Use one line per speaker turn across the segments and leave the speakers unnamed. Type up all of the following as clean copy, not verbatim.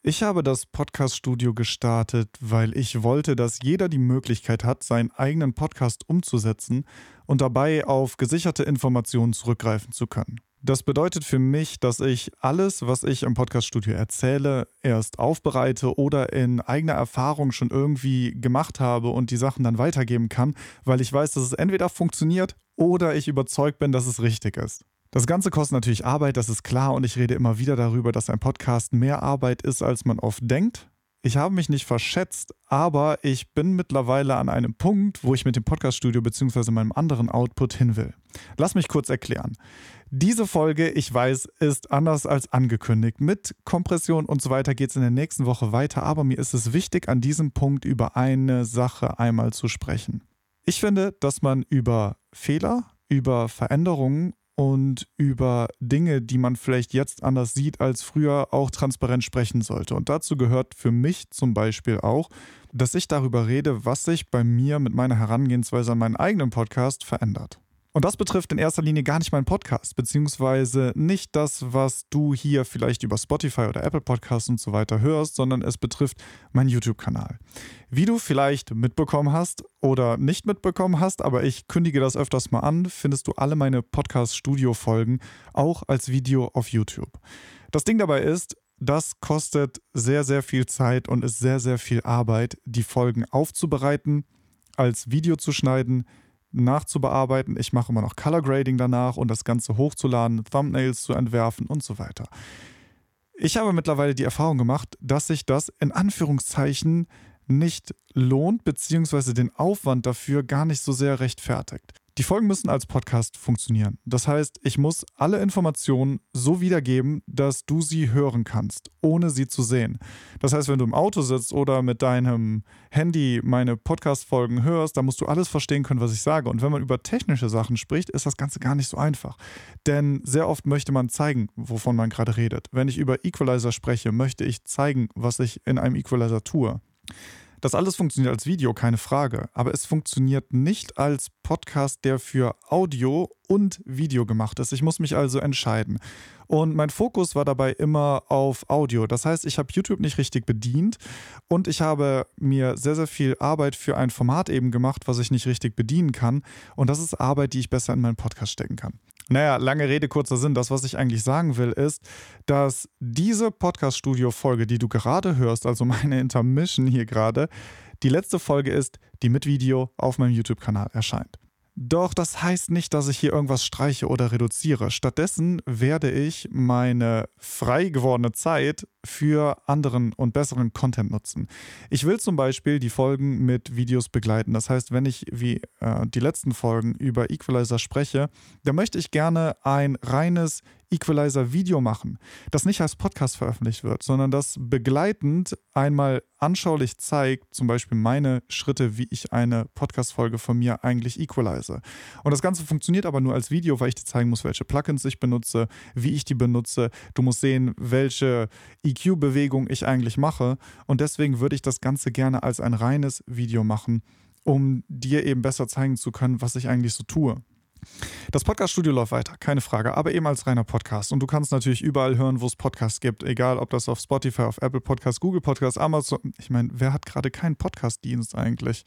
Ich habe das Podcast-Studio gestartet, weil ich wollte, dass jeder die Möglichkeit hat, seinen eigenen Podcast umzusetzen und dabei auf gesicherte Informationen zurückgreifen zu können. Das bedeutet für mich, dass ich alles, was ich im Podcast-Studio erzähle, erst aufbereite oder in eigener Erfahrung schon irgendwie gemacht habe und die Sachen dann weitergeben kann, weil ich weiß, dass es entweder funktioniert oder ich überzeugt bin, dass es richtig ist. Das Ganze kostet natürlich Arbeit, das ist klar, und ich rede immer wieder darüber, dass ein Podcast mehr Arbeit ist, als man oft denkt. Ich habe mich nicht verschätzt, aber ich bin mittlerweile an einem Punkt, wo ich mit dem Podcaststudio bzw. meinem anderen Output hin will. Lass mich kurz erklären. Diese Folge, ich weiß, ist anders als angekündigt. Mit Kompression und so weiter geht es in der nächsten Woche weiter, aber mir ist es wichtig, an diesem Punkt über eine Sache einmal zu sprechen. Ich finde, dass man über Fehler, über Veränderungen und über Dinge, die man vielleicht jetzt anders sieht als früher, auch transparent sprechen sollte. Und dazu gehört für mich zum Beispiel auch, dass ich darüber rede, was sich bei mir mit meiner Herangehensweise an meinen eigenen Podcast verändert. Und das betrifft in erster Linie gar nicht meinen Podcast, beziehungsweise nicht das, was du hier vielleicht über Spotify oder Apple Podcasts und so weiter hörst, sondern es betrifft meinen YouTube-Kanal. Wie du vielleicht mitbekommen hast oder nicht mitbekommen hast, aber ich kündige das öfters mal an, findest du alle meine Podcast-Studio-Folgen auch als Video auf YouTube. Das Ding dabei ist, das kostet sehr, sehr viel Zeit und ist sehr, sehr viel Arbeit, die Folgen aufzubereiten, als Video zu schneiden, nachzubearbeiten. Ich mache immer noch Color Grading danach und das Ganze hochzuladen, Thumbnails zu entwerfen und so weiter. Ich habe mittlerweile die Erfahrung gemacht, dass sich das in Anführungszeichen nicht lohnt, beziehungsweise den Aufwand dafür gar nicht so sehr rechtfertigt. Die Folgen müssen als Podcast funktionieren. Das heißt, ich muss alle Informationen so wiedergeben, dass du sie hören kannst, ohne sie zu sehen. Das heißt, wenn du im Auto sitzt oder mit deinem Handy meine Podcast-Folgen hörst, dann musst du alles verstehen können, was ich sage. Und wenn man über technische Sachen spricht, ist das Ganze gar nicht so einfach. Denn sehr oft möchte man zeigen, wovon man gerade redet. Wenn ich über Equalizer spreche, möchte ich zeigen, was ich in einem Equalizer tue. Das alles funktioniert als Video, keine Frage, aber es funktioniert nicht als Podcast, der für Audio und Video gemacht ist. Ich muss mich also entscheiden. Und mein Fokus war dabei immer auf Audio. Das heißt, ich habe YouTube nicht richtig bedient und ich habe mir sehr, sehr viel Arbeit für ein Format eben gemacht, was ich nicht richtig bedienen kann. Und das ist Arbeit, die ich besser in meinen Podcast stecken kann. Naja, lange Rede, kurzer Sinn. Das, was ich eigentlich sagen will, ist, dass diese Podcast-Studio-Folge, die du gerade hörst, also meine Intermission hier gerade, die letzte Folge ist, die mit Video auf meinem YouTube-Kanal erscheint. Doch das heißt nicht, dass ich hier irgendwas streiche oder reduziere. Stattdessen werde ich meine frei gewordene Zeit für anderen und besseren Content nutzen. Ich will zum Beispiel die Folgen mit Videos begleiten. Das heißt, wenn ich wie die letzten Folgen über Equalizer spreche, dann möchte ich gerne ein reines Equalizer-Video machen, das nicht als Podcast veröffentlicht wird, sondern das begleitend einmal anschaulich zeigt, zum Beispiel meine Schritte, wie ich eine Podcast-Folge von mir eigentlich equalize. Und das Ganze funktioniert aber nur als Video, weil ich dir zeigen muss, welche Plugins ich benutze, wie ich die benutze. Du musst sehen, welche EQ-Bewegung ich eigentlich mache. Und deswegen würde ich das Ganze gerne als ein reines Video machen, um dir eben besser zeigen zu können, was ich eigentlich so tue. Das Podcast-Studio läuft weiter, keine Frage, aber eben als reiner Podcast. Und du kannst natürlich überall hören, wo es Podcasts gibt, egal ob das auf Spotify, auf Apple Podcasts, Google Podcasts, Amazon. Ich meine, wer hat gerade keinen Podcast-Dienst eigentlich?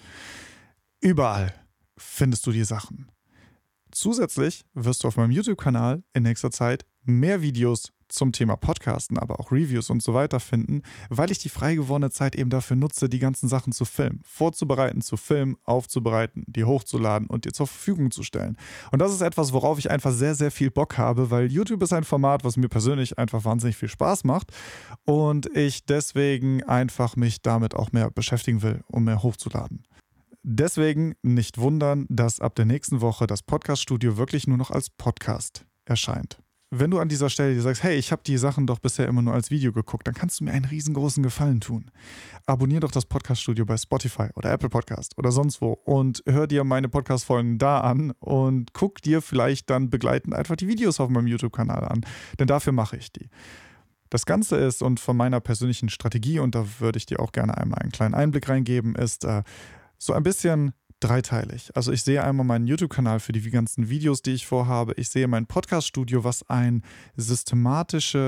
Überall findest du die Sachen. Zusätzlich wirst du auf meinem YouTube-Kanal in nächster Zeit mehr Videos zum Thema Podcasten, aber auch Reviews und so weiter finden, weil ich die frei gewordene Zeit eben dafür nutze, die ganzen Sachen zu filmen, vorzubereiten, zu filmen, aufzubereiten, die hochzuladen und dir zur Verfügung zu stellen. Und das ist etwas, worauf ich einfach sehr, sehr viel Bock habe, weil YouTube ist ein Format, was mir persönlich einfach wahnsinnig viel Spaß macht und ich deswegen einfach mich damit auch mehr beschäftigen will, um mehr hochzuladen. Deswegen nicht wundern, dass ab der nächsten Woche das Podcast-Studio wirklich nur noch als Podcast erscheint. Wenn du an dieser Stelle dir sagst, hey, ich habe die Sachen doch bisher immer nur als Video geguckt, dann kannst du mir einen riesengroßen Gefallen tun. Abonnier doch das Podcast-Studio bei Spotify oder Apple Podcast oder sonst wo und hör dir meine Podcast-Folgen da an und guck dir vielleicht dann begleitend einfach die Videos auf meinem YouTube-Kanal an, denn dafür mache ich die. Das Ganze ist, und von meiner persönlichen Strategie, und da würde ich dir auch gerne einmal einen kleinen Einblick reingeben, ist so ein bisschen dreiteilig. Also ich sehe einmal meinen YouTube-Kanal für die ganzen Videos, die ich vorhabe. Ich sehe mein Podcast-Studio, was eine systematische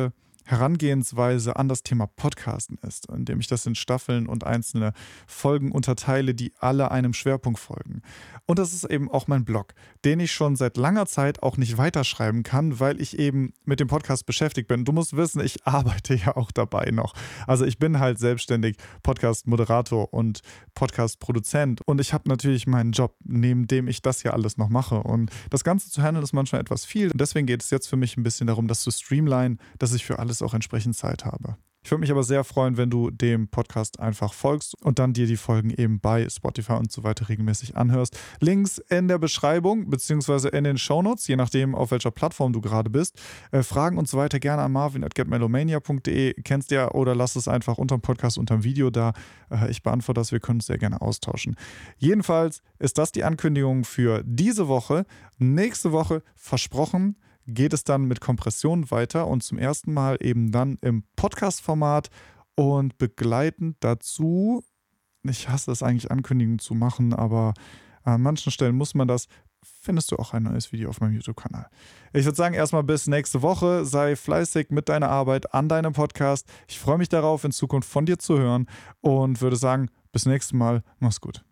Herangehensweise an das Thema Podcasten ist, indem ich das in Staffeln und einzelne Folgen unterteile, die alle einem Schwerpunkt folgen. Und das ist eben auch mein Blog, den ich schon seit langer Zeit auch nicht weiterschreiben kann, weil ich eben mit dem Podcast beschäftigt bin. Du musst wissen, ich arbeite ja auch dabei noch. Also ich bin halt selbstständig Podcast-Moderator und Podcast-Produzent und ich habe natürlich meinen Job, neben dem ich das ja alles noch mache. Und das Ganze zu handeln ist manchmal etwas viel. Und deswegen geht es jetzt für mich ein bisschen darum, das zu streamlinen, dass ich für alles auch entsprechend Zeit habe. Ich würde mich aber sehr freuen, wenn du dem Podcast einfach folgst und dann dir die Folgen eben bei Spotify und so weiter regelmäßig anhörst. Links in der Beschreibung bzw. in den Shownotes, je nachdem, auf welcher Plattform du gerade bist. Fragen und so weiter gerne an marvin@getmelomania.de. Kennst ja, oder lass es einfach unter dem Podcast, unter dem Video da. Ich beantworte das, wir können es sehr gerne austauschen. Jedenfalls ist das die Ankündigung für diese Woche. Nächste Woche, versprochen, geht es dann mit Kompression weiter und zum ersten Mal eben dann im Podcast-Format und begleitend dazu, ich hasse es eigentlich, Ankündigungen zu machen, aber an manchen Stellen muss man das, findest du auch ein neues Video auf meinem YouTube-Kanal. Ich würde sagen, erstmal bis nächste Woche, sei fleißig mit deiner Arbeit an deinem Podcast. Ich freue mich darauf, in Zukunft von dir zu hören und würde sagen, bis nächstes Mal, mach's gut.